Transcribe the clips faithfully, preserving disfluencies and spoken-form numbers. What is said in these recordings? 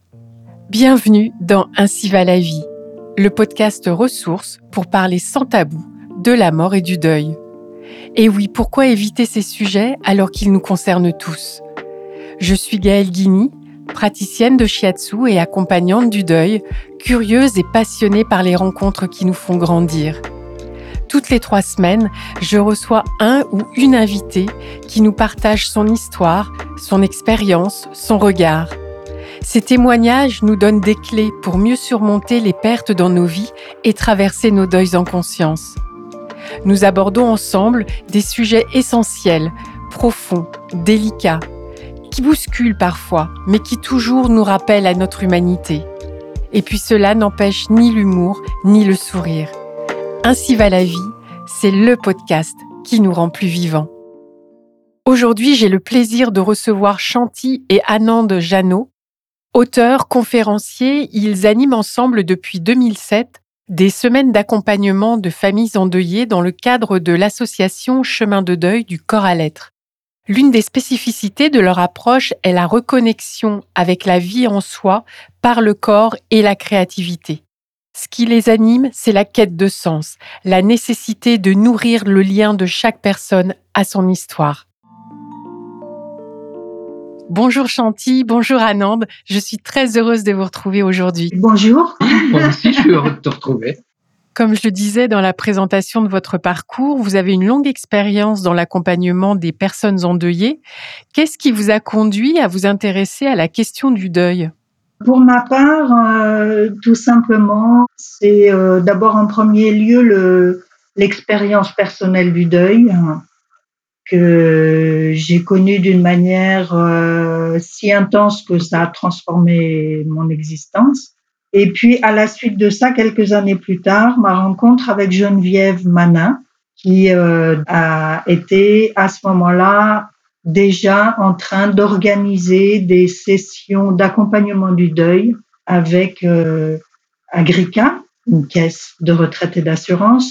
Bienvenue dans Ainsi va la vie, le podcast ressources pour parler sans tabou de la mort et du deuil. Et oui, pourquoi éviter ces sujets alors qu'ils nous concernent tous ? Je suis Gaëlle Guigny, praticienne de shiatsu et accompagnante du deuil, curieuse et passionnée par les rencontres qui nous font grandir. Toutes les trois semaines, je reçois un ou une invitée qui nous partage son histoire, son expérience, son regard. Ces témoignages nous donnent des clés pour mieux surmonter les pertes dans nos vies et traverser nos deuils en conscience. Nous abordons ensemble des sujets essentiels, profonds, délicats, qui bousculent parfois, mais qui toujours nous rappellent à notre humanité. Et puis cela n'empêche ni l'humour, ni le sourire. Ainsi va la vie, c'est le podcast qui nous rend plus vivants. Aujourd'hui, j'ai le plaisir de recevoir Shanti et Anand Janot. Auteurs, conférenciers, ils animent ensemble depuis deux mille sept des semaines d'accompagnement de familles endeuillées dans le cadre de l'association Chemin de deuil du corps à l'être. L'une des spécificités de leur approche est la reconnexion avec la vie en soi par le corps et la créativité. Ce qui les anime, c'est la quête de sens, la nécessité de nourrir le lien de chaque personne à son histoire. Bonjour Shanti, bonjour Anand, je suis très heureuse de vous retrouver aujourd'hui. Bonjour. Moi aussi, je suis heureux de te retrouver. Comme je le disais dans la présentation de votre parcours, vous avez une longue expérience dans l'accompagnement des personnes endeuillées. Qu'est-ce qui vous a conduit à vous intéresser à la question du deuil ? Pour ma part, euh, tout simplement, c'est euh, d'abord en premier lieu le, l'expérience personnelle du deuil hein, que j'ai connue d'une manière euh, si intense que ça a transformé mon existence. Et puis, à la suite de ça, quelques années plus tard, ma rencontre avec Geneviève Manin, qui euh, a été à ce moment-là déjà en train d'organiser des sessions d'accompagnement du deuil avec euh, Agrica, une caisse de retraite et d'assurance.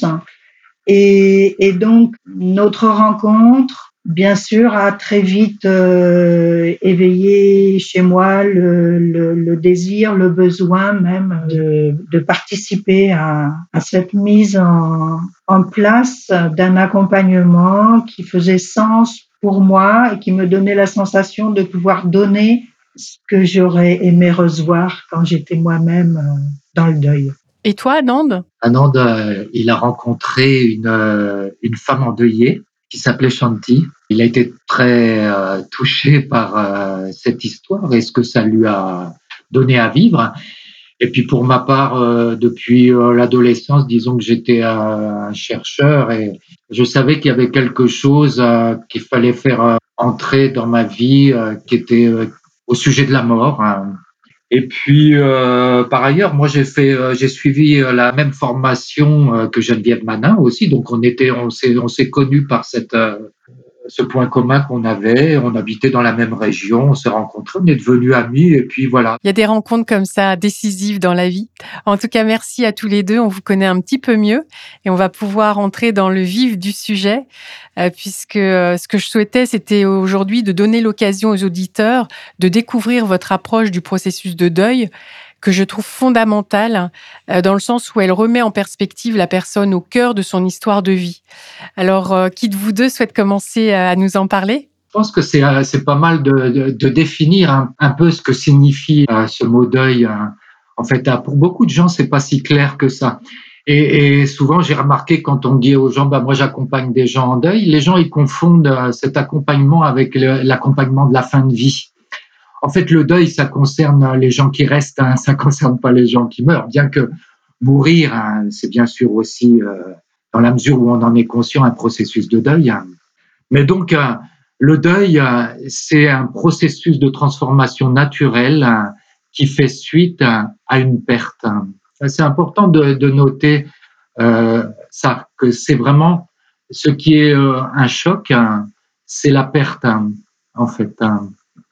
Et, et donc, notre rencontre, bien sûr, a très vite euh, éveillé chez moi le, le, le désir, le besoin même de, de participer à, à cette mise en, en place d'un accompagnement qui faisait sens pour moi et qui me donnait la sensation de pouvoir donner ce que j'aurais aimé recevoir quand j'étais moi-même dans le deuil. Et toi, Anand ? Anand, euh, il a rencontré une, euh, une femme endeuillée qui s'appelait Shanti. Il a été très euh, touché par euh, cette histoire et ce que ça lui a donné à vivre. Et puis pour ma part, euh, depuis euh, l'adolescence, disons que j'étais euh, un chercheur et je savais qu'il y avait quelque chose euh, qu'il fallait faire euh, entrer dans ma vie euh, qui était euh, au sujet de la mort. Hein. Et puis, euh, par ailleurs, moi, j'ai fait, euh, j'ai suivi euh, la même formation euh, que Geneviève Manin aussi. Donc, on était, on s'est, on s'est connus par cette, euh, ce point commun qu'on avait. On habitait dans la même région, on s'est rencontrés, on est devenus amis. Et puis voilà. Il y a des rencontres comme ça décisives dans la vie. En tout cas, merci à tous les deux. On vous connaît un petit peu mieux et on va pouvoir entrer dans le vif du sujet euh, puisque euh, ce que je souhaitais, c'était aujourd'hui de donner l'occasion aux auditeurs de découvrir votre approche du processus de deuil que je trouve fondamentale euh, dans le sens où elle remet en perspective la personne au cœur de son histoire de vie. Alors, euh, qui de vous deux souhaite commencer à nous en parler ? Je pense que c'est, euh, c'est pas mal de, de, de définir un, un peu ce que signifie euh, ce mot deuil. Hein. En fait, euh, pour beaucoup de gens, c'est pas si clair que ça. Et, et souvent, j'ai remarqué quand on dit aux gens, bah, moi, j'accompagne des gens en deuil, les gens, ils confondent euh, cet accompagnement avec le, l'accompagnement de la fin de vie. En fait, le deuil, ça concerne les gens qui restent, hein, ça concerne pas les gens qui meurent, bien que mourir, hein, c'est bien sûr aussi, euh, dans la mesure où on en est conscient, un processus de deuil. Hein. Mais donc, euh, le deuil, euh, c'est un processus de transformation naturelle euh, qui fait suite euh, à une perte. C'est important de, de noter euh, ça, que c'est vraiment ce qui est euh, un choc, hein, c'est la perte, hein, en fait. Hein.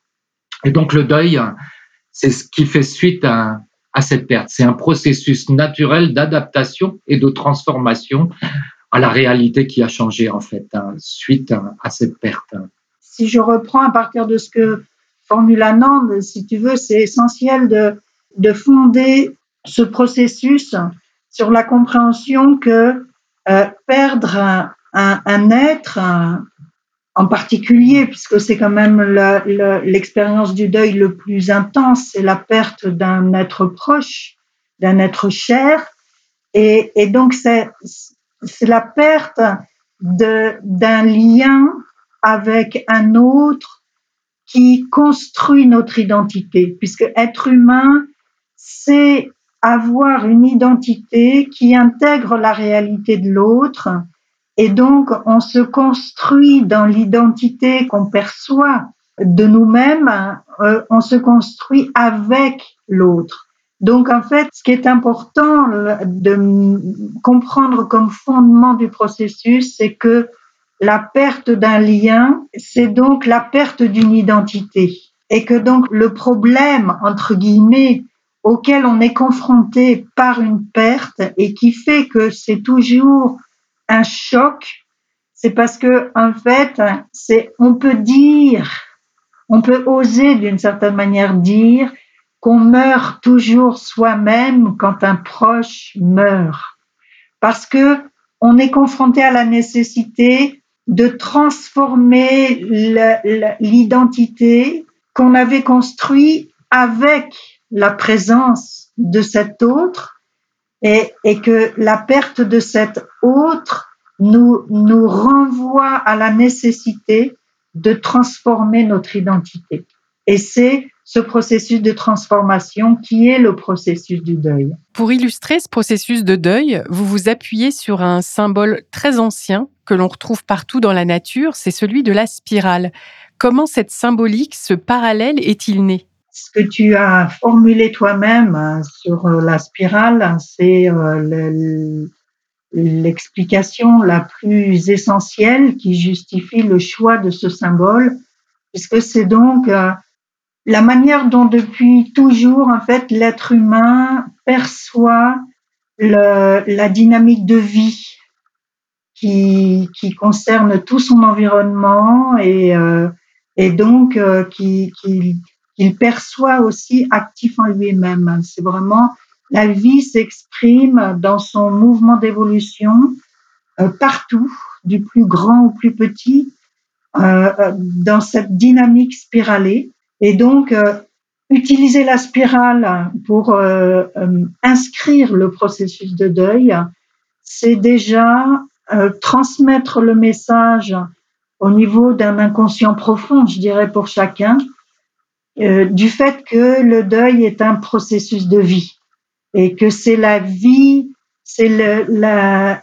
Et donc, le deuil, c'est ce qui fait suite à, à cette perte. C'est un processus naturel d'adaptation et de transformation à la réalité qui a changé, en fait, hein, suite à, à cette perte. Si je reprends à partir de ce que formule Anand, si tu veux, c'est essentiel de, de fonder ce processus sur la compréhension que euh, perdre un, un, un être, un, en particulier, puisque c'est quand même le, le, l'expérience du deuil le plus intense, c'est la perte d'un être proche, d'un être cher, et, et donc c'est, c'est la perte de, d'un lien avec un autre qui construit notre identité, puisque être humain, c'est avoir une identité qui intègre la réalité de l'autre, et donc on se construit dans l'identité qu'on perçoit de nous-mêmes, euh, on se construit avec l'autre. Donc en fait, ce qui est important de comprendre comme fondement du processus, c'est que la perte d'un lien, c'est donc la perte d'une identité. Et que donc le problème, entre guillemets, auquel on est confronté par une perte et qui fait que c'est toujours un choc, c'est parce que, en fait, c'est, on peut dire, on peut oser d'une certaine manière dire qu'on meurt toujours soi-même quand un proche meurt. Parce que on est confronté à la nécessité de transformer le, le, l'identité qu'on avait construite avec la présence de cet autre et, et que la perte de cet autre nous, nous renvoie à la nécessité de transformer notre identité. Et c'est ce processus de transformation qui est le processus du deuil. Pour illustrer ce processus de deuil, vous vous appuyez sur un symbole très ancien que l'on retrouve partout dans la nature, c'est celui de la spirale. Comment cette symbolique, ce parallèle est-il né ? Ce que tu as formulé toi-même sur la spirale, c'est le, l'explication la plus essentielle qui justifie le choix de ce symbole, puisque c'est donc la manière dont depuis toujours, en fait, l'être humain perçoit le, la dynamique de vie qui, qui concerne tout son environnement et, euh, et donc euh, qui, qui, qu'il perçoit aussi actif en lui-même. C'est vraiment, la vie s'exprime dans son mouvement d'évolution euh, partout, du plus grand au plus petit, euh, dans cette dynamique spiralée. Et donc, euh, utiliser la spirale pour euh, euh, inscrire le processus de deuil, c'est déjà euh, transmettre le message au niveau d'un inconscient profond, je dirais pour chacun, euh, du fait que le deuil est un processus de vie et que c'est la vie, c'est le, la,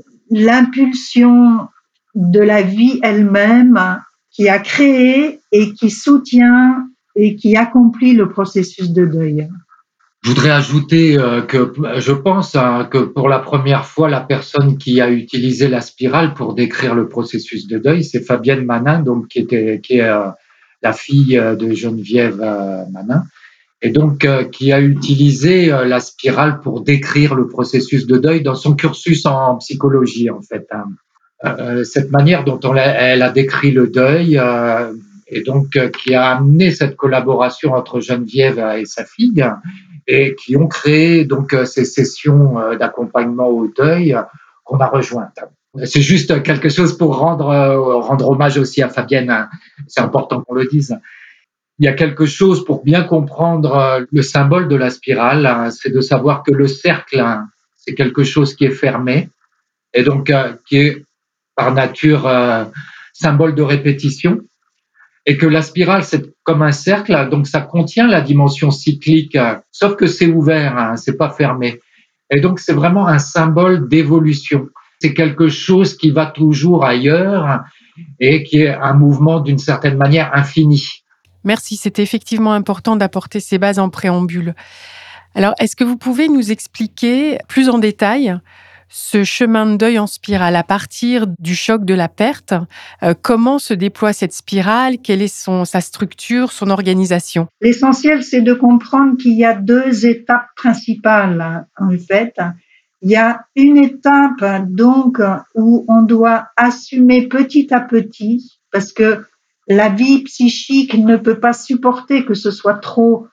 l'impulsion de la vie elle-même qui a créé et qui soutient et qui accomplit le processus de deuil. Je voudrais ajouter euh, que je pense hein, que pour la première fois, la personne qui a utilisé la spirale pour décrire le processus de deuil, c'est Fabienne Manin, donc qui était qui est euh, la fille de Geneviève euh, Manin, et donc euh, qui a utilisé euh, la spirale pour décrire le processus de deuil dans son cursus en psychologie en fait. Hein. Euh, cette manière dont on a, elle a décrit le deuil euh, et donc euh, qui a amené cette collaboration entre Geneviève et sa fille et qui ont créé donc ces sessions d'accompagnement au deuil qu'on a rejointes. C'est juste quelque chose pour rendre rendre hommage aussi à Fabienne. C'est important qu'on le dise. Il y a quelque chose pour bien comprendre le symbole de la spirale, c'est de savoir que le cercle, c'est quelque chose qui est fermé et donc qui est par nature symbole de répétition. Et que la spirale, c'est comme un cercle, donc ça contient la dimension cyclique, sauf que c'est ouvert, hein, c'est pas fermé. Et donc, c'est vraiment un symbole d'évolution. C'est quelque chose qui va toujours ailleurs et qui est un mouvement d'une certaine manière infini. Merci, c'était effectivement important d'apporter ces bases en préambule. Alors, est-ce que vous pouvez nous expliquer plus en détail ce chemin de deuil en spirale à partir du choc de la perte? euh, Comment se déploie cette spirale? Quelle est son, sa structure, son organisation? L'essentiel, c'est de comprendre qu'il y a deux étapes principales, en fait. Il y a une étape, donc, où on doit assumer petit à petit, parce que la vie psychique ne peut pas supporter que ce soit trop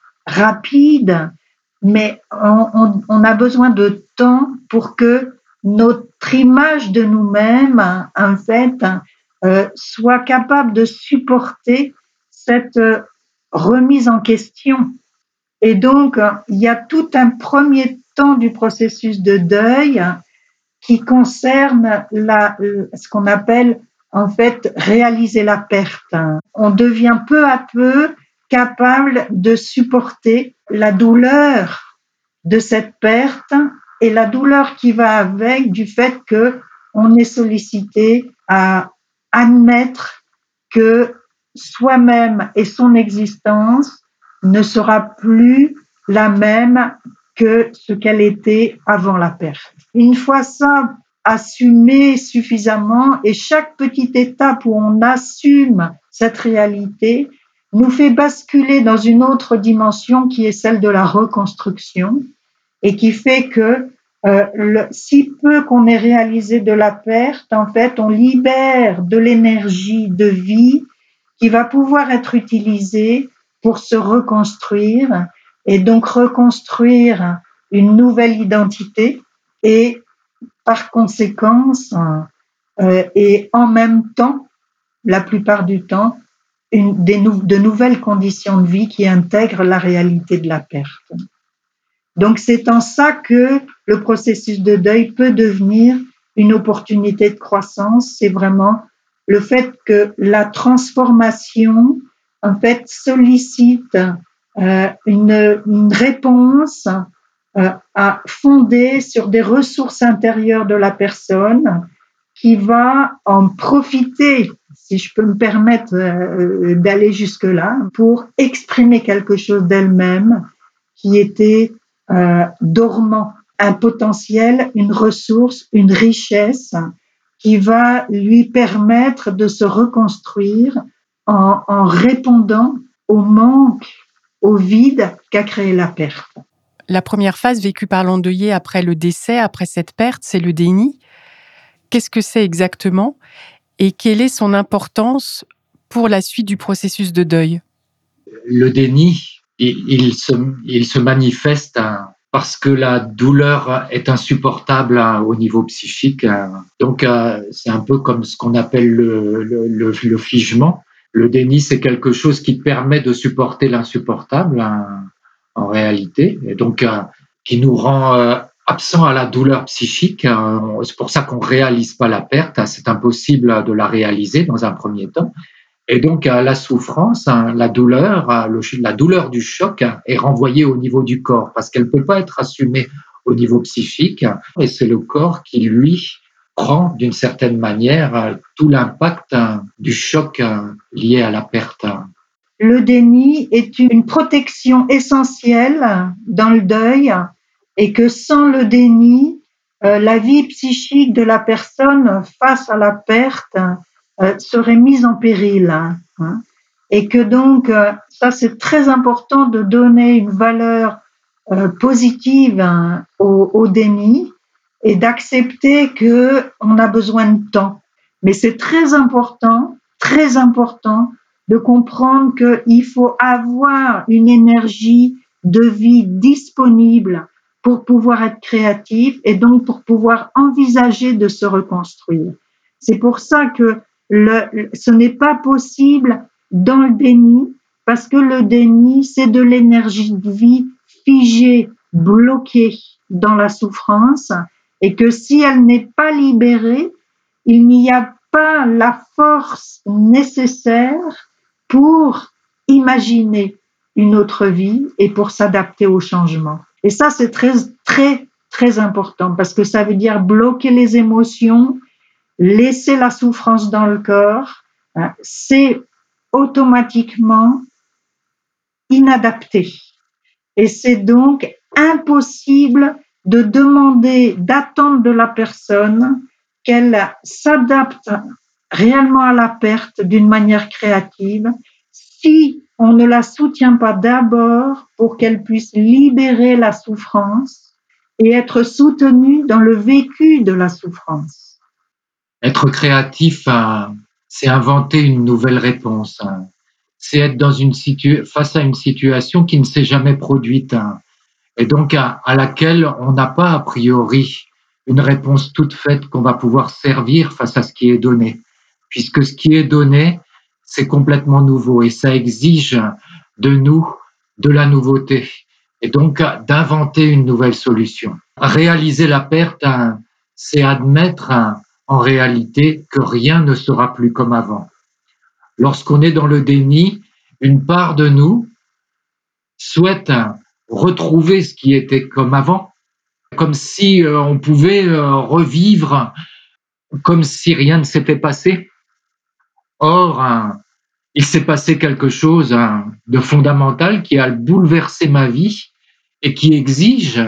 rapide, mais on, on, on a besoin de temps pour que notre image de nous-mêmes, en fait, euh, soit capable de supporter cette euh, remise en question. Et donc, il y a tout un premier temps du processus de deuil qui concerne la, ce qu'on appelle en fait réaliser la perte. On devient peu à peu capable de supporter la douleur de cette perte et la douleur qui va avec du fait que on est sollicité à admettre que soi-même et son existence ne sera plus la même que ce qu'elle était avant la perte. Une fois ça assumé suffisamment, et chaque petite étape où on assume cette réalité nous fait basculer dans une autre dimension qui est celle de la reconstruction et qui fait que euh, le, si peu qu'on ait réalisé de la perte, en fait, on libère de l'énergie de vie qui va pouvoir être utilisée pour se reconstruire et donc reconstruire une nouvelle identité et par conséquence euh, et en même temps, la plupart du temps, une, des nou- de nouvelles conditions de vie qui intègrent la réalité de la perte. Donc c'est en ça que le processus de deuil peut devenir une opportunité de croissance. C'est vraiment le fait que la transformation, en fait, sollicite euh, une, une réponse euh, à fonder sur des ressources intérieures de la personne qui va en profiter, si je peux me permettre euh, d'aller jusque-là, pour exprimer quelque chose d'elle-même qui était euh, dormant, un potentiel, une ressource, une richesse qui va lui permettre de se reconstruire en, en répondant au manque, au vide qu'a créé la perte. La première phase vécue par l'endeuillé après le décès, après cette perte, c'est le déni. Qu'est-ce que c'est exactement et quelle est son importance pour la suite du processus de deuil? Le déni, il, il, se, il se manifeste hein, parce que la douleur est insupportable hein, au niveau psychique. Hein. Donc, euh, c'est un peu comme ce qu'on appelle le, le, le, le figement. Le déni, c'est quelque chose qui permet de supporter l'insupportable hein, en réalité, et donc euh, qui nous rend euh, absent à la douleur psychique. Hein. C'est pour ça qu'on réalise pas la perte. Hein. C'est impossible de la réaliser dans un premier temps. Et donc, la souffrance, la douleur, la douleur du choc est renvoyée au niveau du corps parce qu'elle ne peut pas être assumée au niveau psychique. Et c'est le corps qui, lui, prend d'une certaine manière tout l'impact du choc lié à la perte. Le déni est une protection essentielle dans le deuil et que sans le déni, la vie psychique de la personne face à la perte serait mise en péril. Et que donc, ça c'est très important de donner une valeur positive au, au déni et d'accepter qu'on a besoin de temps. Mais c'est très important, très important de comprendre qu'il faut avoir une énergie de vie disponible pour pouvoir être créatif et donc pour pouvoir envisager de se reconstruire. C'est pour ça que le, ce n'est pas possible dans le déni, parce que le déni, c'est de l'énergie de vie figée, bloquée dans la souffrance, et que si elle n'est pas libérée, il n'y a pas la force nécessaire pour imaginer une autre vie et pour s'adapter au changement. Et ça, c'est très, très, très important parce que ça veut dire bloquer les émotions, laisser la souffrance dans le corps, hein, c'est automatiquement inadapté. Et c'est donc impossible de demander, d'attendre de la personne qu'elle s'adapte réellement à la perte d'une manière créative si on ne la soutient pas d'abord pour qu'elle puisse libérer la souffrance et être soutenue dans le vécu de la souffrance. Être créatif, hein, c'est inventer une nouvelle réponse. Hein. C'est être dans une situ- face à une situation qui ne s'est jamais produite. Hein. Et donc à, à laquelle on n'a pas a priori une réponse toute faite qu'on va pouvoir servir face à ce qui est donné, puisque ce qui est donné, c'est complètement nouveau et ça exige de nous de la nouveauté et donc d'inventer une nouvelle solution. Réaliser la perte, hein, c'est admettre hein, en réalité que rien ne sera plus comme avant. Lorsqu'on est dans le déni, une part de nous souhaite hein, retrouver ce qui était comme avant, comme si euh, on pouvait euh, revivre comme si rien ne s'était passé. Or, hein, il s'est passé quelque chose hein, de fondamental qui a bouleversé ma vie et qui exige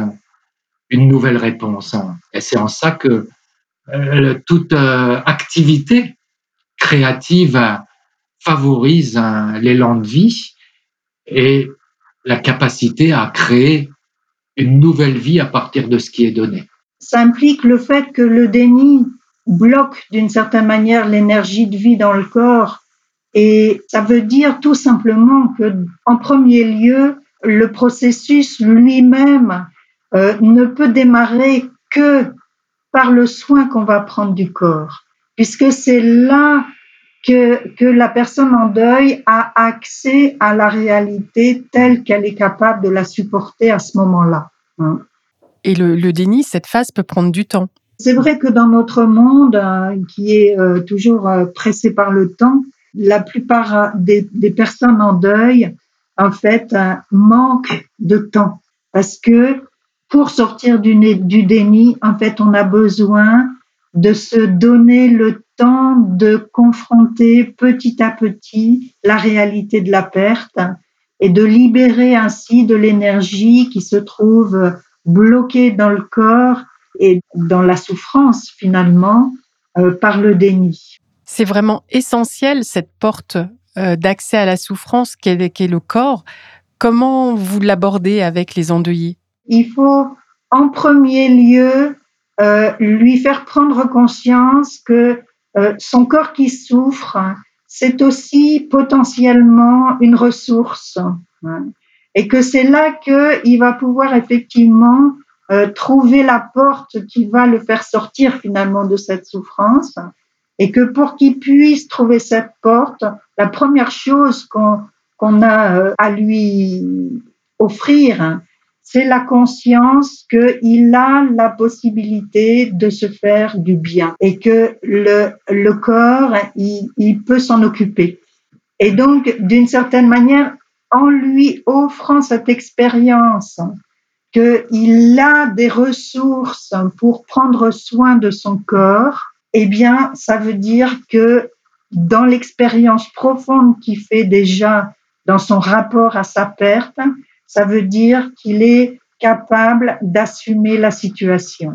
une nouvelle réponse. Hein. Et c'est en ça que euh, toute euh, activité créative euh, favorise hein, l'élan de vie et la capacité à créer une nouvelle vie à partir de ce qui est donné. Ça implique le fait que le déni bloque d'une certaine manière l'énergie de vie dans le corps et ça veut dire tout simplement que, en premier lieu, le processus lui-même euh, ne peut démarrer que par le soin qu'on va prendre du corps, puisque c'est là que, que la personne en deuil a accès à la réalité telle qu'elle est capable de la supporter à ce moment-là. Hein. Et le, le déni, cette phase peut prendre du temps. C'est vrai que dans notre monde, euh, qui est euh, toujours euh, pressé par le temps, la plupart des, des personnes en deuil, en fait, euh, manquent de temps. Parce que pour sortir du, du déni, en fait, on a besoin de se donner le temps de confronter petit à petit la réalité de la perte et de libérer ainsi de l'énergie qui se trouve bloquée dans le corps et dans la souffrance finalement euh, par le déni. C'est vraiment essentiel cette porte euh, d'accès à la souffrance qu'est, qu'est le corps. Comment vous l'abordez avec les endeuillés ? Il faut en premier lieu euh, lui faire prendre conscience que euh, son corps qui souffre, c'est aussi potentiellement une ressource, hein, et que c'est là qu'il va pouvoir effectivement euh, trouver la porte qui va le faire sortir finalement de cette souffrance, et que pour qu'il puisse trouver cette porte, la première chose qu'on, qu'on a euh, à lui offrir, c'est la conscience qu'il a la possibilité de se faire du bien et que le, le corps, il, il peut s'en occuper. Et donc, d'une certaine manière, en lui offrant cette expérience qu'il a des ressources pour prendre soin de son corps, eh bien, ça veut dire que dans l'expérience profonde qu'il fait déjà dans son rapport à sa perte, ça veut dire qu'il est capable d'assumer la situation.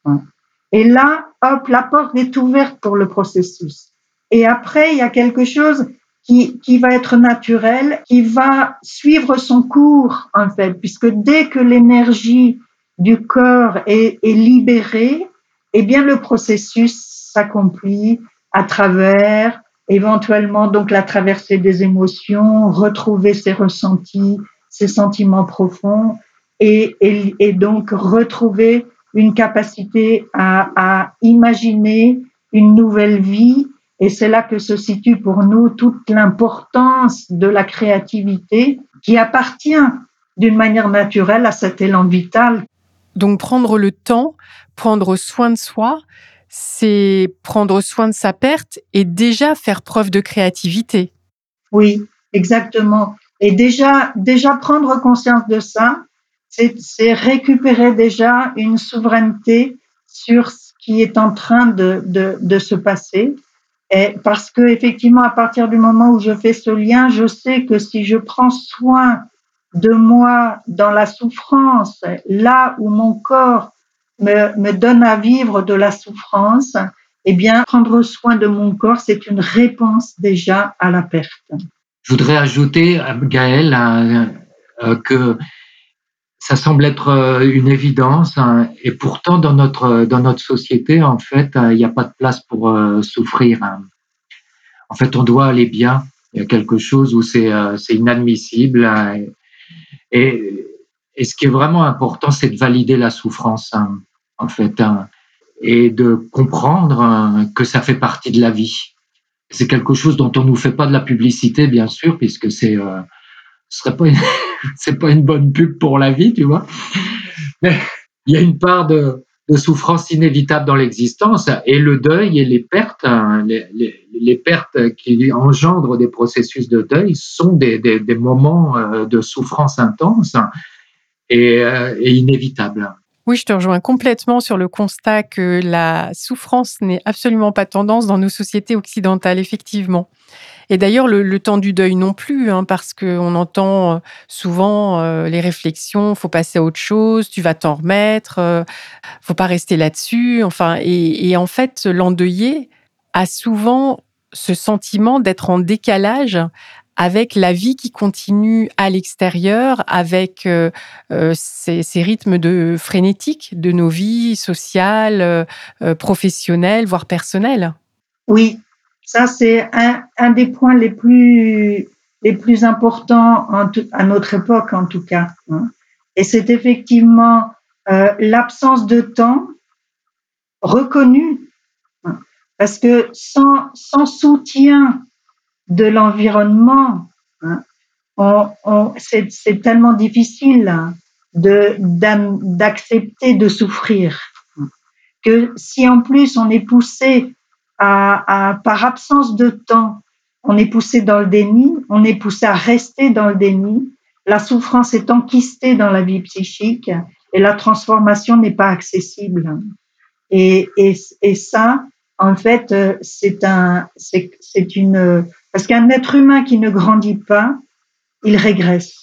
Et là, hop, la porte est ouverte pour le processus. Et après, il y a quelque chose qui, qui va être naturel, qui va suivre son cours, en fait, puisque dès que l'énergie du corps est, est libérée, eh bien, le processus s'accomplit à travers, éventuellement, donc, la traversée des émotions, retrouver ses ressentis, ses sentiments profonds, et, et, et donc retrouver une capacité à, à imaginer une nouvelle vie. Et c'est là que se situe pour nous toute l'importance de la créativité qui appartient d'une manière naturelle à cet élan vital. Donc prendre le temps, prendre soin de soi, c'est prendre soin de sa perte et déjà faire preuve de créativité. Oui, exactement. Et déjà, déjà prendre conscience de ça, c'est, c'est récupérer déjà une souveraineté sur ce qui est en train de, de, de se passer. Et parce que effectivement, à partir du moment où je fais ce lien, je sais que si je prends soin de moi dans la souffrance, là où mon corps me, me donne à vivre de la souffrance, eh bien, prendre soin de mon corps, c'est une réponse déjà à la perte. Je voudrais ajouter, Gaëlle, euh, que ça semble être une évidence, hein, et pourtant dans notre dans notre société, en fait, il n'y a pas de place pour euh, souffrir. Hein. en fait, on doit aller bien. Il y a quelque chose où c'est, euh, c'est inadmissible. Hein, et, et ce qui est vraiment important, c'est de valider la souffrance, hein, en fait, hein, et de comprendre hein, que ça fait partie de la vie. C'est quelque chose dont on nous fait pas de la publicité, bien sûr, puisque c'est, euh, ce serait pas une, c'est pas une bonne pub pour la vie, tu vois. Mais il y a une part de, de souffrance inévitable dans l'existence, et le deuil et les pertes, hein, les, les, les pertes qui engendrent des processus de deuil sont des, des, des moments euh, de souffrance intense et, euh, et inévitables. Oui, je te rejoins complètement sur le constat que la souffrance n'est absolument pas tendance dans nos sociétés occidentales, effectivement. Et d'ailleurs, le, le temps du deuil non plus, hein, parce qu'on entend souvent euh, les réflexions, faut passer à autre chose, tu vas t'en remettre, euh, faut pas rester là-dessus. Enfin, et, et en fait, l'endeuillé a souvent ce sentiment d'être en décalage avec la vie qui continue à l'extérieur, avec euh, euh, ces, ces rythmes de frénétiques de nos vies sociales, euh, euh, professionnelles, voire personnelles. Oui, ça c'est un, un des points les plus, les plus importants en tout, à notre époque en tout cas. Hein. Et c'est effectivement euh, l'absence de temps reconnue, hein, parce que sans, sans soutien de l'environnement, hein, on, on, c'est, c'est tellement difficile hein, de, d'accepter de souffrir, hein, que si en plus on est poussé à, à, par absence de temps, on est poussé dans le déni, on est poussé à rester dans le déni, la souffrance est enquistée dans la vie psychique et la transformation n'est pas accessible. Et, et, et ça, en fait, c'est un, c'est, c'est une, parce qu'un être humain qui ne grandit pas, il régresse.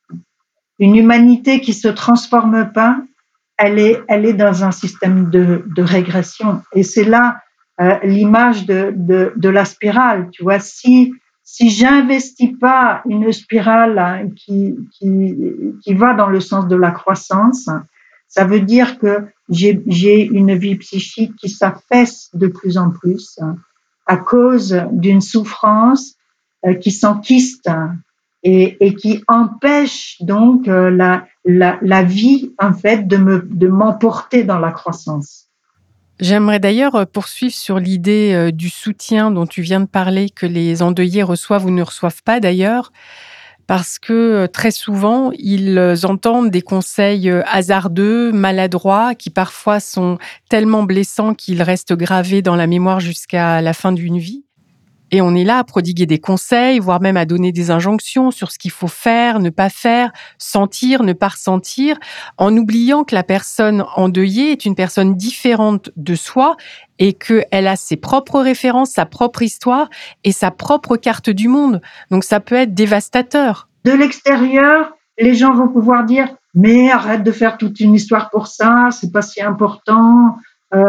Une humanité qui se transforme pas, elle est, elle est dans un système de, de régression. Et c'est là euh, l'image de, de, de la spirale. Tu vois, si si j'investis pas une spirale hein, qui qui qui va dans le sens de la croissance, ça veut dire que j'ai j'ai une vie psychique qui s'affaisse de plus en plus hein, à cause d'une souffrance euh, qui s'enquiste hein, et, et qui empêche donc euh, la, la, la vie en fait de, me, de m'emporter dans la croissance. J'aimerais d'ailleurs poursuivre sur l'idée du soutien dont tu viens de parler, que les endeuillés reçoivent ou ne reçoivent pas d'ailleurs, parce que très souvent, ils entendent des conseils hasardeux, maladroits, qui parfois sont tellement blessants qu'ils restent gravés dans la mémoire jusqu'à la fin d'une vie. Et on est là à prodiguer des conseils, voire même à donner des injonctions sur ce qu'il faut faire, ne pas faire, sentir, ne pas ressentir, en oubliant que la personne endeuillée est une personne différente de soi et qu'elle a ses propres références, sa propre histoire et sa propre carte du monde. Donc ça peut être dévastateur. De l'extérieur, les gens vont pouvoir dire « mais arrête de faire toute une histoire pour ça, c'est pas si important euh, ».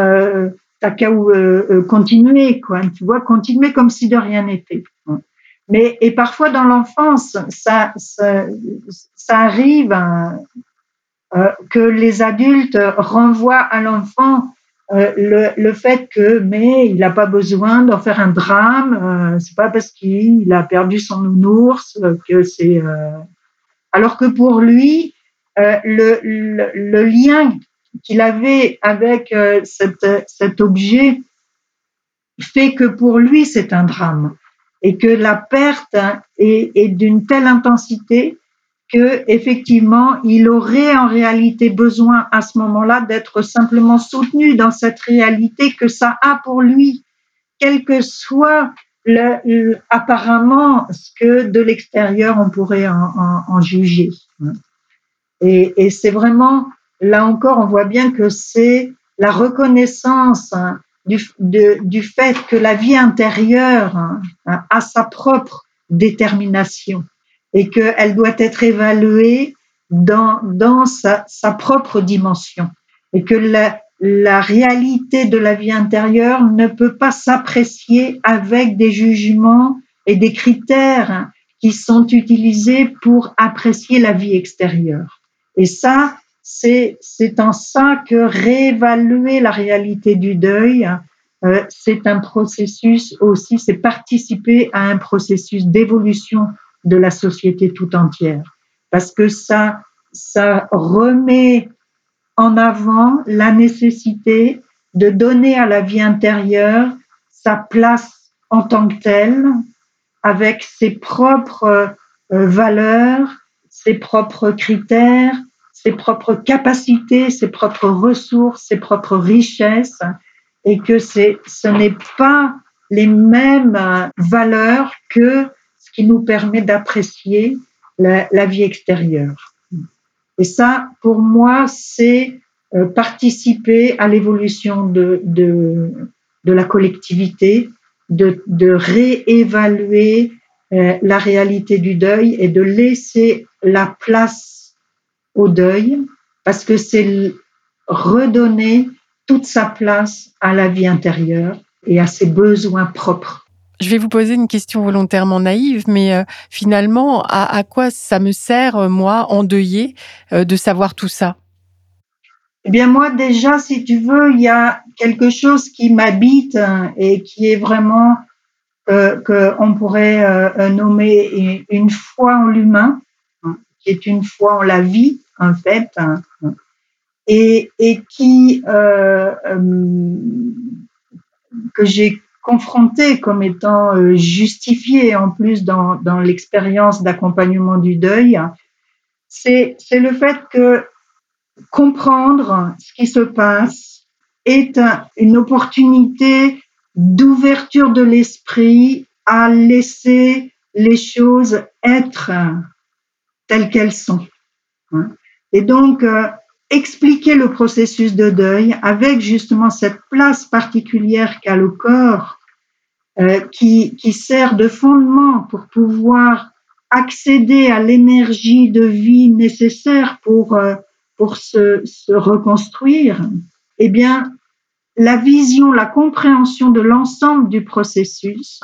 T'as qu'à euh, continuer, quoi. Tu vois, continuer comme si de rien n'était. Mais et parfois dans l'enfance, ça, ça, ça arrive hein, euh, que les adultes renvoient à l'enfant euh, le, le fait que mais il n'a pas besoin d'en faire un drame. Euh, c'est pas parce qu'il a perdu son nounours que c'est. Euh... Alors que pour lui, euh, le, le, le lien qu'il avait avec euh, cet, cet objet fait que pour lui, c'est un drame et que la perte hein, est, est d'une telle intensité que effectivement, il aurait en réalité besoin à ce moment-là d'être simplement soutenu dans cette réalité que ça a pour lui, quel que soit le, le, apparemment ce que de l'extérieur on pourrait en, en, en juger. Et, et c'est vraiment, là encore, on voit bien que c'est la reconnaissance hein, du, de, du fait que la vie intérieure hein, a sa propre détermination et qu'elle doit être évaluée dans, dans sa, sa propre dimension et que la, la réalité de la vie intérieure ne peut pas s'apprécier avec des jugements et des critères qui sont utilisés pour apprécier la vie extérieure. Et ça, c'est, c'est en ça que réévaluer la réalité du deuil euh, c'est un processus aussi, c'est participer à un processus d'évolution de la société tout entière. Parce que ça, ça remet en avant la nécessité de donner à la vie intérieure sa place en tant que telle, avec ses propres euh, valeurs, ses propres critères, ses propres capacités, ses propres ressources, ses propres richesses, et que c'est, ce n'est pas les mêmes valeurs que ce qui nous permet d'apprécier la, la vie extérieure. Et ça, pour moi, c'est euh, participer à l'évolution de, de, de la collectivité, de, de réévaluer euh, la réalité du deuil et de laisser la place au deuil, parce que c'est redonner toute sa place à la vie intérieure et à ses besoins propres. Je vais vous poser une question volontairement naïve, mais euh, finalement, à, à quoi ça me sert, moi, endeuillée, euh, de savoir tout ça ? Eh bien, moi, déjà, si tu veux, il y a quelque chose qui m'habite hein, et qui est vraiment, euh, qu'on pourrait euh, nommer une, une foi en l'humain, hein, qui est une foi en la vie, en fait, hein, et, et qui, euh, euh, que j'ai confrontée comme étant euh, justifiée en plus dans, dans l'expérience d'accompagnement du deuil, c'est, c'est le fait que comprendre ce qui se passe est un, une opportunité d'ouverture de l'esprit à laisser les choses être telles qu'elles sont. Et donc, euh, expliquer le processus de deuil avec justement cette place particulière qu'a le corps, euh, qui, qui sert de fondement pour pouvoir accéder à l'énergie de vie nécessaire pour, euh, pour se, se reconstruire, eh bien, la vision, la compréhension de l'ensemble du processus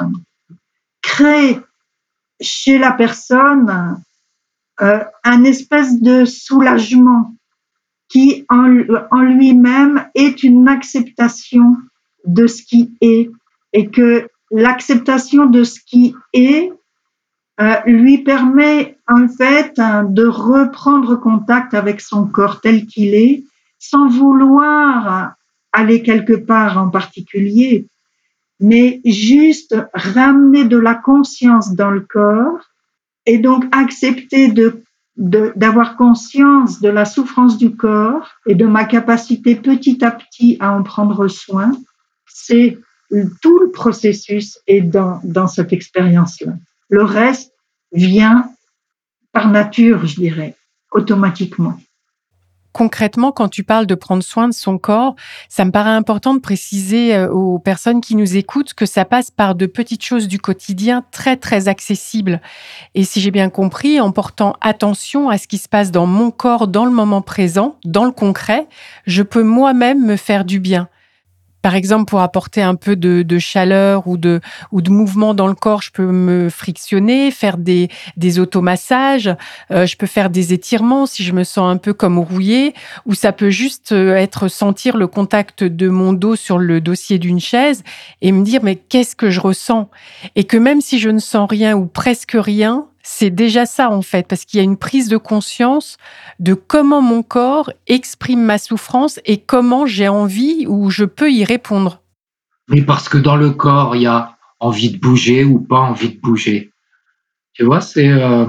crée chez la personne euh, un espèce de soulagement qui en, en lui-même est une acceptation de ce qui est, et que l'acceptation de ce qui est euh, lui permet en fait hein, de reprendre contact avec son corps tel qu'il est, sans vouloir aller quelque part en particulier, mais juste ramener de la conscience dans le corps et donc accepter de De, d'avoir conscience de la souffrance du corps et de ma capacité petit à petit à en prendre soin, c'est tout le processus est dans, dans cette expérience-là. Le reste vient par nature, je dirais, automatiquement. Concrètement, quand tu parles de prendre soin de son corps, ça me paraît important de préciser aux personnes qui nous écoutent que ça passe par de petites choses du quotidien très, très accessibles. Et si j'ai bien compris, en portant attention à ce qui se passe dans mon corps, dans le moment présent, dans le concret, je peux moi-même me faire du bien. Par exemple, pour apporter un peu de, de chaleur ou de, ou de mouvement dans le corps, je peux me frictionner, faire des, des automassages, euh, je peux faire des étirements si je me sens un peu comme rouillée, ou ça peut juste être sentir le contact de mon dos sur le dossier d'une chaise et me dire mais qu'est-ce que je ressens ? Et que même si je ne sens rien ou presque rien, c'est déjà ça en fait, parce qu'il y a une prise de conscience de comment mon corps exprime ma souffrance et comment j'ai envie ou je peux y répondre. Mais parce que dans le corps, il y a envie de bouger ou pas envie de bouger. Tu vois, c'est euh,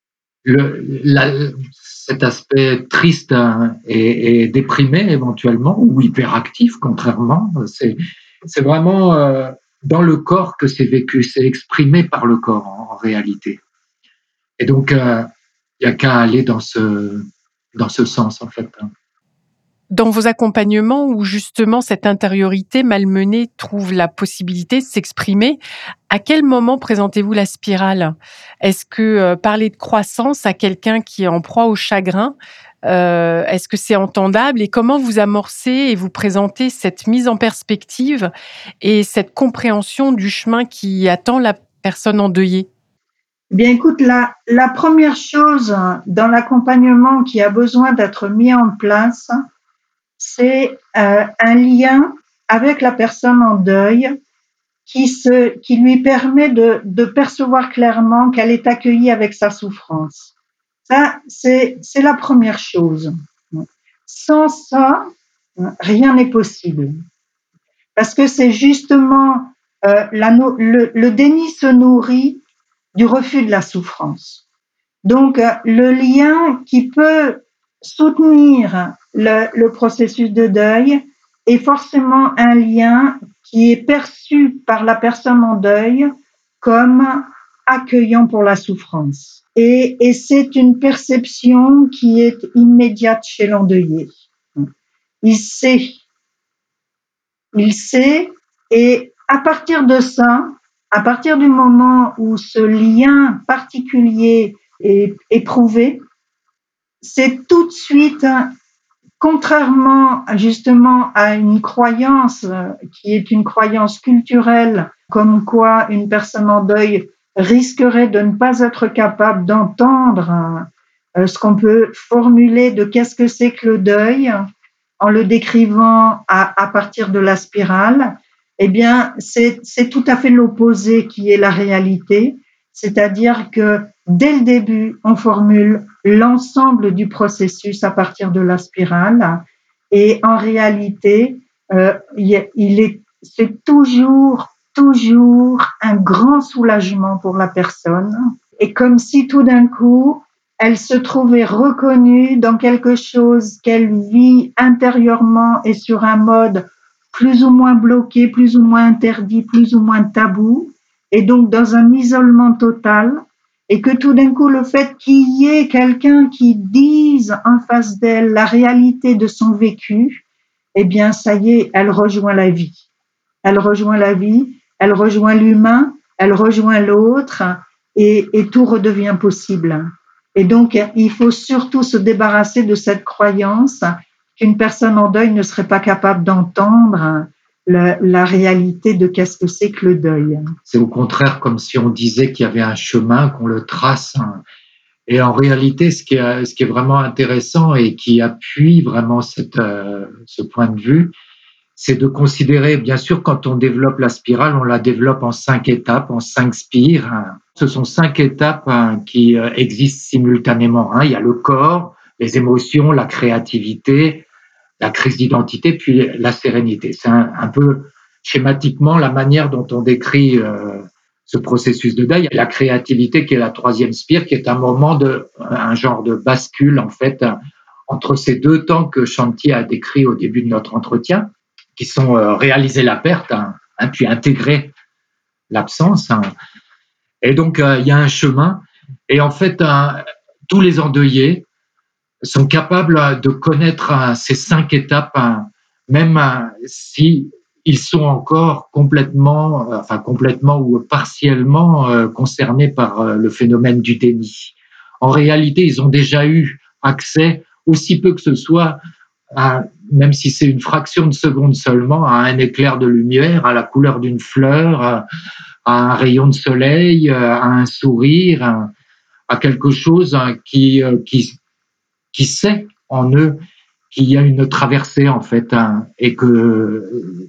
le, la, cet aspect triste hein, et, et déprimé éventuellement ou hyperactif, contrairement. C'est, c'est vraiment euh, dans le corps que c'est vécu, c'est exprimé par le corps en, en réalité. Et donc, il euh, n'y a qu'à aller dans ce, dans ce sens, en fait. Dans vos accompagnements où justement cette intériorité malmenée trouve la possibilité de s'exprimer, à quel moment présentez-vous la spirale ? Est-ce que euh, parler de croissance à quelqu'un qui est en proie au chagrin, euh, est-ce que c'est entendable ? Et comment vous amorcez et vous présentez cette mise en perspective et cette compréhension du chemin qui attend la personne endeuillée ? Bien, écoute, la, la première chose dans l'accompagnement qui a besoin d'être mis en place, c'est euh, un lien avec la personne en deuil qui, se, qui lui permet de, de percevoir clairement qu'elle est accueillie avec sa souffrance. Ça, c'est, c'est la première chose. Sans ça, rien n'est possible. Parce que c'est justement euh, la, le, le déni se nourrit du refus de la souffrance. Donc, euh, le lien qui peut soutenir le, le processus de deuil est forcément un lien qui est perçu par la personne en deuil comme accueillant pour la souffrance. Et, et c'est une perception qui est immédiate chez l'endeuillé. Il sait, il sait, et à partir de ça, à partir du moment où ce lien particulier est éprouvé, c'est tout de suite, contrairement justement à une croyance qui est une croyance culturelle, comme quoi une personne en deuil risquerait de ne pas être capable d'entendre ce qu'on peut formuler de qu'est-ce que c'est que le deuil, en le décrivant à, à partir de la spirale, eh bien, c'est, c'est tout à fait l'opposé qui est la réalité. C'est-à-dire que dès le début, on formule l'ensemble du processus à partir de la spirale, et en réalité, euh, il est, c'est toujours, toujours un grand soulagement pour la personne, et comme si tout d'un coup, elle se trouvait reconnue dans quelque chose qu'elle vit intérieurement et sur un mode plus ou moins bloqué, plus ou moins interdit, plus ou moins tabou, et donc dans un isolement total, et que tout d'un coup, le fait qu'il y ait quelqu'un qui dise en face d'elle la réalité de son vécu, eh bien, ça y est, elle rejoint la vie. Elle rejoint la vie, elle rejoint l'humain, elle rejoint l'autre, et, et tout redevient possible. Et donc, il faut surtout se débarrasser de cette croyance qu'une personne en deuil ne serait pas capable d'entendre la, la réalité de qu'est-ce que c'est que le deuil. C'est au contraire comme si on disait qu'il y avait un chemin, qu'on le trace. Et en réalité, ce qui est, ce qui est vraiment intéressant et qui appuie vraiment cette, euh, ce point de vue, c'est de considérer, bien sûr, quand on développe la spirale, on la développe en cinq étapes, en cinq spires. Ce sont cinq étapes qui existent simultanément. Il y a le corps, les émotions, la créativité, la crise d'identité, puis la sérénité. C'est un, un peu schématiquement la manière dont on décrit euh, ce processus de deuil. La créativité qui est la troisième spire, qui est un moment de, un genre de bascule, en fait, entre ces deux temps que Shanti a décrit au début de notre entretien, qui sont euh, réaliser la perte, hein, hein, puis intégrer l'absence. Hein. Et donc, euh, il y a un chemin. Et en fait, hein, tous les endeuillés sont capables de connaître hein, ces cinq étapes, hein, même hein, si ils sont encore complètement, euh, enfin complètement ou partiellement euh, concernés par euh, le phénomène du déni. En réalité, ils ont déjà eu accès, aussi peu que ce soit, à, même si c'est une fraction de seconde seulement, à un éclair de lumière, à la couleur d'une fleur, à, à un rayon de soleil, à un sourire, à, à quelque chose qui, qui, qui sait en eux qu'il y a une traversée en fait, hein, et que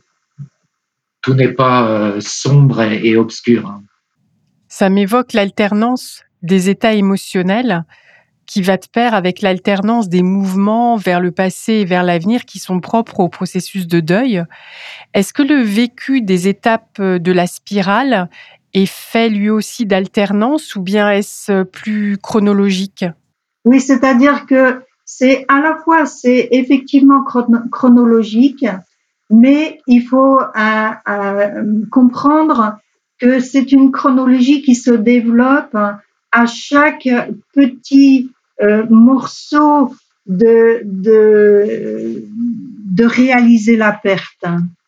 tout n'est pas euh, sombre et, et obscur. Hein. Ça m'évoque l'alternance des états émotionnels qui va de pair avec l'alternance des mouvements vers le passé et vers l'avenir qui sont propres au processus de deuil. Est-ce que le vécu des étapes de la spirale est fait lui aussi d'alternance ou bien est-ce plus chronologique ? Oui, c'est-à-dire que c'est à la fois, c'est effectivement chronologique, mais il faut euh, euh, comprendre que c'est une chronologie qui se développe à chaque petit euh, morceau de, de, de réaliser la perte.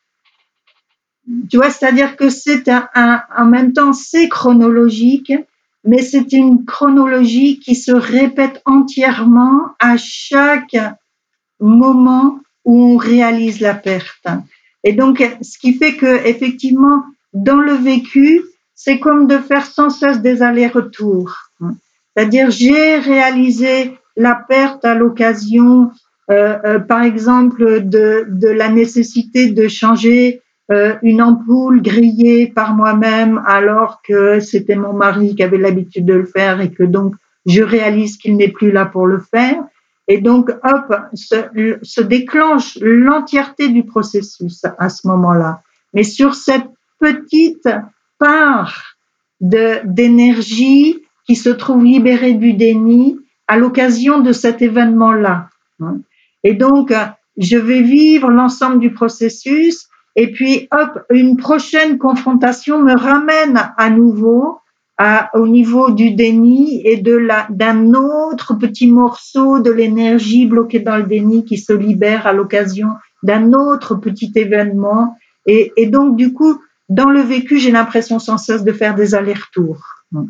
Tu vois, c'est-à-dire que c'est un, un, en même temps, c'est chronologique, mais c'est une chronologie qui se répète entièrement à chaque moment où on réalise la perte. Et donc, ce qui fait que, effectivement, dans le vécu, c'est comme de faire sans cesse des allers-retours. C'est-à-dire, j'ai réalisé la perte à l'occasion euh, euh, par exemple, de, de la nécessité de changer euh, une ampoule grillée par moi-même alors que c'était mon mari qui avait l'habitude de le faire et que donc je réalise qu'il n'est plus là pour le faire. Et donc, hop, se, se déclenche l'entièreté du processus à ce moment-là. Mais sur cette petite part de, d'énergie qui se trouve libérée du déni à l'occasion de cet événement-là. Et donc, je vais vivre l'ensemble du processus et puis, hop, une prochaine confrontation me ramène à nouveau à, au niveau du déni et de la, d'un autre petit morceau de l'énergie bloquée dans le déni qui se libère à l'occasion d'un autre petit événement. Et, et donc, du coup, dans le vécu, j'ai l'impression sans cesse de faire des allers-retours.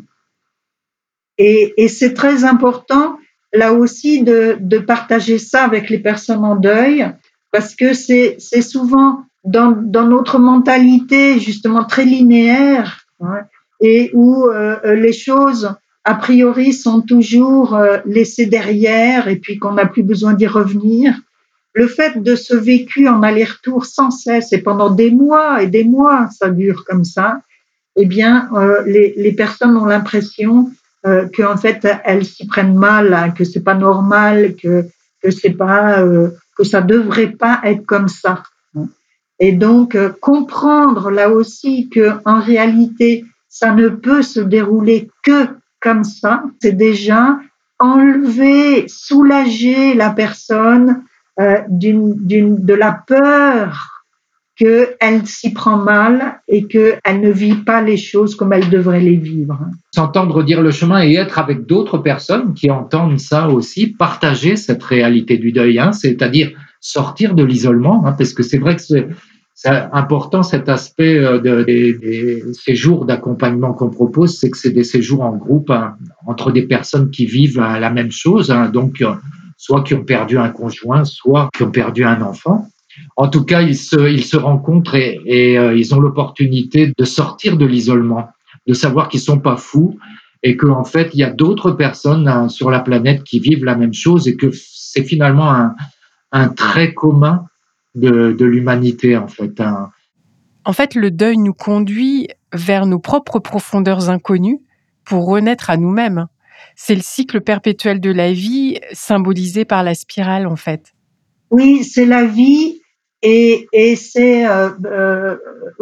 Et, et c'est très important, là aussi, de, de partager ça avec les personnes en deuil, parce que c'est, c'est souvent dans, dans notre mentalité, justement, très linéaire, hein, et où euh, les choses, a priori, sont toujours euh, laissées derrière, et puis qu'on n'a plus besoin d'y revenir. Le fait de ce vécu en aller-retour sans cesse, et pendant des mois et des mois, ça dure comme ça, eh bien, euh, les, les personnes ont l'impression euh, que en fait elles s'y prennent mal, hein, que c'est pas normal, que que c'est pas euh, que ça devrait pas être comme ça. Et donc euh, comprendre là aussi que en réalité ça ne peut se dérouler que comme ça, c'est déjà enlever, soulager la personne euh, d'une, d'une, de la peur qu'elle s'y prend mal et qu'elle ne vit pas les choses comme elle devrait les vivre. S'entendre dire le chemin et être avec d'autres personnes qui entendent ça aussi, partager cette réalité du deuil, hein, c'est-à-dire sortir de l'isolement, hein, parce que c'est vrai que c'est, c'est important cet aspect euh, de, des, des séjours d'accompagnement qu'on propose, c'est que c'est des séjours en groupe, hein, entre des personnes qui vivent euh, la même chose, hein, donc euh, soit qui ont perdu un conjoint, soit qui ont perdu un enfant. En tout cas, ils se, ils se rencontrent et, et euh, ils ont l'opportunité de sortir de l'isolement, de savoir qu'ils sont pas fous et qu'en fait, il y a d'autres personnes hein, sur la planète qui vivent la même chose et que c'est finalement un, un trait commun de, de l'humanité, en fait. Un... En fait, le deuil nous conduit vers nos propres profondeurs inconnues pour renaître à nous-mêmes. C'est le cycle perpétuel de la vie symbolisé par la spirale, en fait. Oui, c'est la vie. Et, et c'est euh, euh,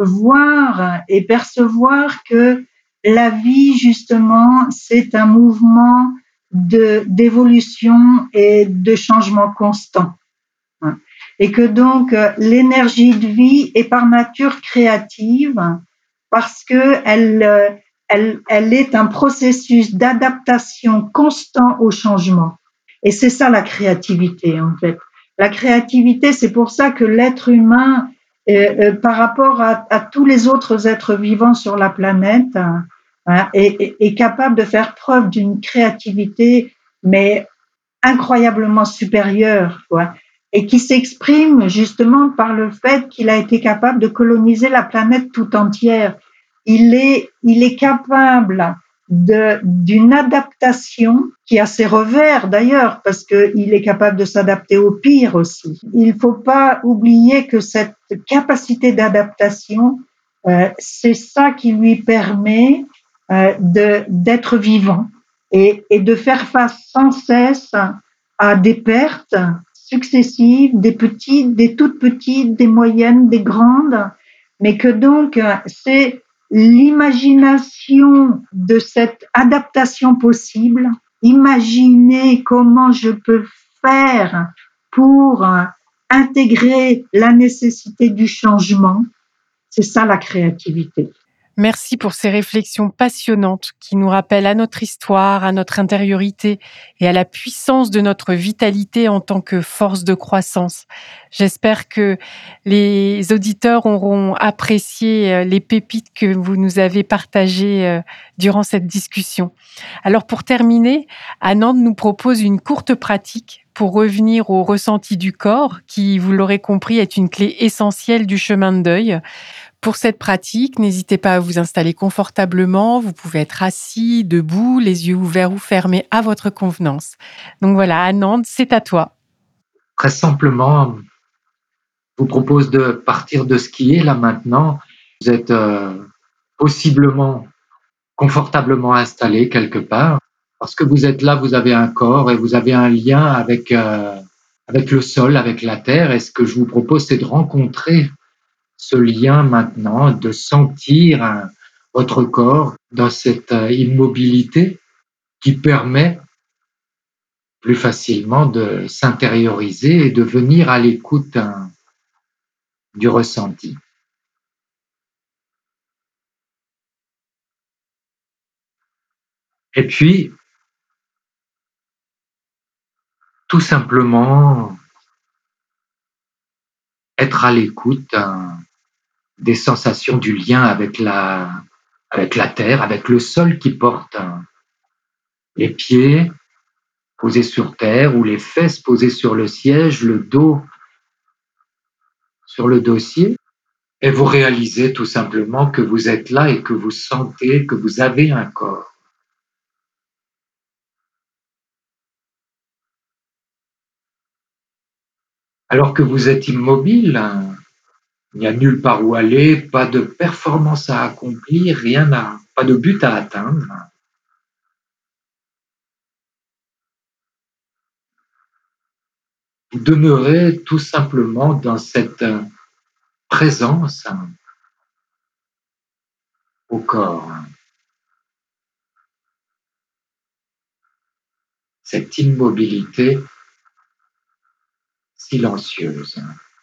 voir et percevoir que la vie, justement, c'est un mouvement de, d'évolution et de changement constant. Et que donc, l'énergie de vie est par nature créative parce que elle, elle, elle est un processus d'adaptation constant au changement. Et c'est ça la créativité, en fait. La créativité, c'est pour ça que l'être humain, euh, euh, par rapport à, à tous les autres êtres vivants sur la planète, hein, est, est, est capable de faire preuve d'une créativité, mais incroyablement supérieure, quoi, et qui s'exprime justement par le fait qu'il a été capable de coloniser la planète tout entière. Il est, il est capable de, d'une adaptation qui a ses revers d'ailleurs, parce qu'il est capable de s'adapter au pire aussi. Il ne faut pas oublier que cette capacité d'adaptation, euh, c'est ça qui lui permet euh, de, d'être vivant et, et de faire face sans cesse à des pertes successives, des petites, des toutes petites, des moyennes, des grandes, mais que donc c'est l'imagination de cette adaptation possible, imaginer comment je peux faire pour intégrer la nécessité du changement, c'est ça la créativité. Merci pour ces réflexions passionnantes qui nous rappellent à notre histoire, à notre intériorité et à la puissance de notre vitalité en tant que force de croissance. J'espère que les auditeurs auront apprécié les pépites que vous nous avez partagées durant cette discussion. Alors pour terminer, Anand nous propose une courte pratique pour revenir au ressenti du corps qui, vous l'aurez compris, est une clé essentielle du chemin de deuil. Pour cette pratique, n'hésitez pas à vous installer confortablement. Vous pouvez être assis, debout, les yeux ouverts ou fermés à votre convenance. Donc voilà, Anand, c'est à toi. très simplement, je vous propose de partir de ce qui est là maintenant. Vous êtes euh, possiblement confortablement installé quelque part. Parce que vous êtes là, vous avez un corps et vous avez un lien avec, euh, avec le sol, avec la terre. Et ce que je vous propose, c'est de rencontrer ce lien maintenant, de sentir hein, votre corps dans cette euh, immobilité qui permet plus facilement de s'intérioriser et de venir à l'écoute hein, du ressenti. Et puis, tout simplement, être à l'écoute hein, des sensations du lien avec la, avec la terre, avec le sol qui porte hein, les pieds posés sur terre ou les fesses posées sur le siège, le dos sur le dossier. Et vous réalisez tout simplement que vous êtes là et que vous sentez que vous avez un corps. Alors que vous êtes immobile, hein, il n'y a nulle part où aller, pas de performance à accomplir, rien à, pas de but à atteindre. Vous demeurez tout simplement dans cette euh, présence hein, au corps, hein, cette immobilité silencieuse.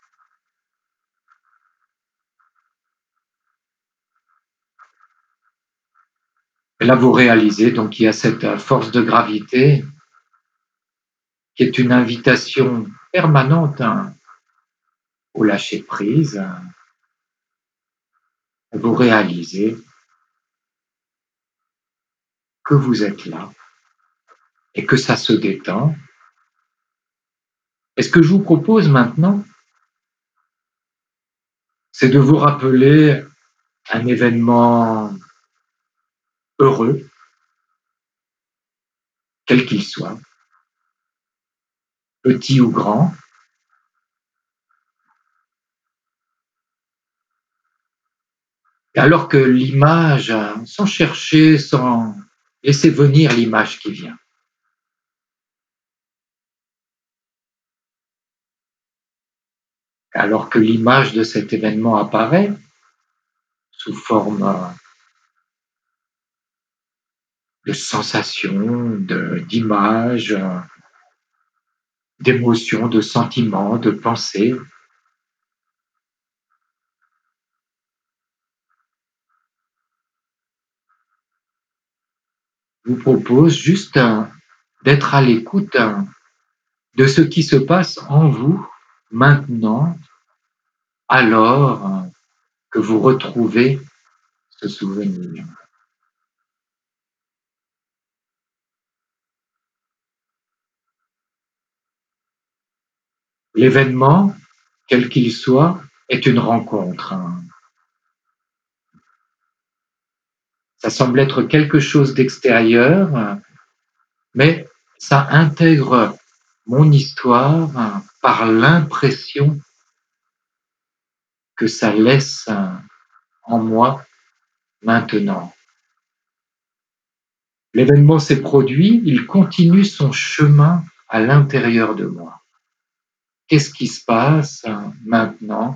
Et là, vous réalisez donc qu'il y a cette euh, force de gravité qui est une invitation permanente hein, au lâcher prise. Vous réalisez que vous êtes là et que ça se détend. Et ce que je vous propose maintenant, c'est de vous rappeler un événement heureux, quel qu'il soit, petit ou grand, et alors que l'image, sans chercher, sans laisser venir l'image qui vient, alors que l'image de cet événement apparaît sous forme de sensations, de, d'images, d'émotions, de sentiments, de pensées, je vous propose juste euh, d'être à l'écoute euh, de ce qui se passe en vous maintenant, alors euh, que vous retrouvez ce souvenir. L'événement, quel qu'il soit, est une rencontre. Hein. Ça semble être quelque chose d'extérieur, euh, mais ça intègre mon histoire euh, par l'impression que ça laisse euh, en moi maintenant. L'événement s'est produit, il continue son chemin à l'intérieur de moi. Qu'est-ce qui se passe euh, maintenant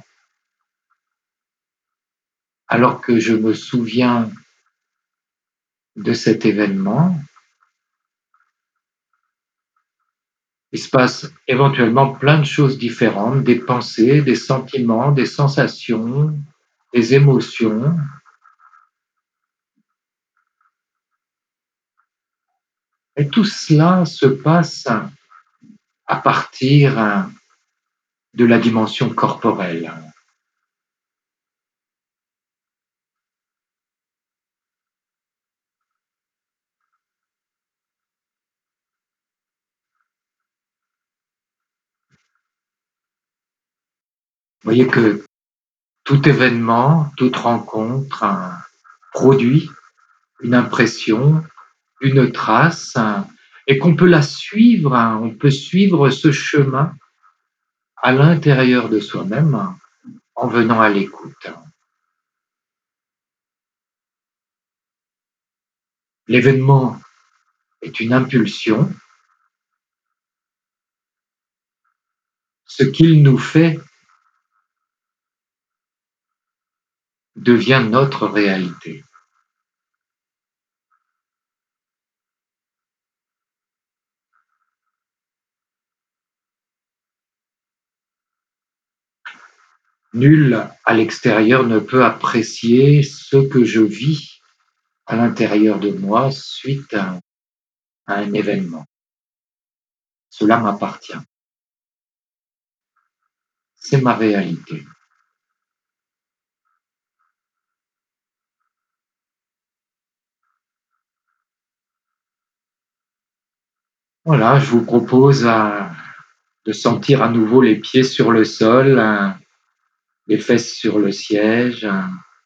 alors que je me souviens de cet événement? Il se passe éventuellement plein de choses différentes, des pensées, des sentiments, des sensations, des émotions. Et tout cela se passe à partir euh, de la dimension corporelle. Vous voyez que tout événement, toute rencontre euh, produit une impression, une trace, euh, et qu'on peut la suivre, hein, on peut suivre ce chemin à l'intérieur de soi-même en venant à l'écoute. L'événement est une impulsion. Ce qu'il nous fait devient notre réalité. Nul à l'extérieur ne peut apprécier ce que je vis à l'intérieur de moi suite à, à un événement. Cela m'appartient. C'est ma réalité. Voilà, je vous propose euh, de sentir à nouveau les pieds sur le sol, euh, les fesses sur le siège. euh.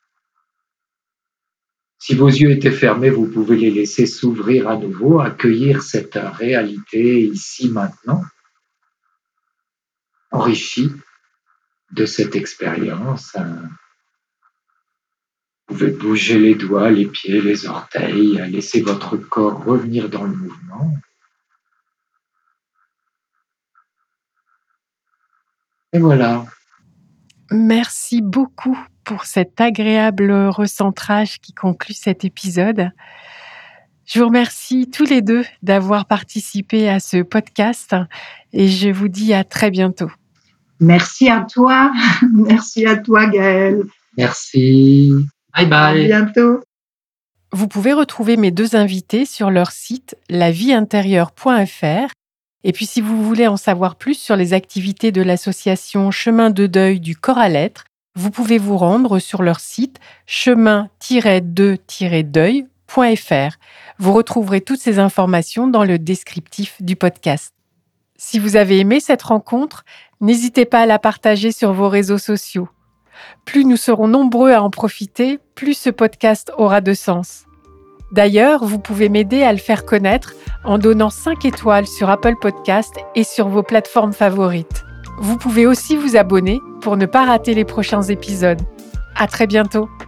Si vos yeux étaient fermés, vous pouvez les laisser s'ouvrir à nouveau, accueillir cette réalité ici maintenant, enrichie de cette expérience. euh. Vous pouvez bouger les doigts, les pieds, les orteils, laisser votre corps revenir dans le mouvement. Et voilà. Merci beaucoup pour cet agréable recentrage qui conclut cet épisode. Je vous remercie tous les deux d'avoir participé à ce podcast et je vous dis à très bientôt. Merci à toi. Merci à toi, Gaëlle. Merci. Bye bye. À bientôt. Vous pouvez retrouver mes deux invités sur leur site la vie intérieure point f r. Et puis si vous voulez en savoir plus sur les activités de l'association Chemin de Deuil du Corps à l'Être, vous pouvez vous rendre sur leur site chemin tiret de tiret deuil point f r. Vous retrouverez toutes ces informations dans le descriptif du podcast. Si vous avez aimé cette rencontre, n'hésitez pas à la partager sur vos réseaux sociaux. Plus nous serons nombreux à en profiter, plus ce podcast aura de sens. D'ailleurs, vous pouvez m'aider à le faire connaître en donnant cinq étoiles sur Apple Podcast et sur vos plateformes favorites. Vous pouvez aussi vous abonner pour ne pas rater les prochains épisodes. À très bientôt.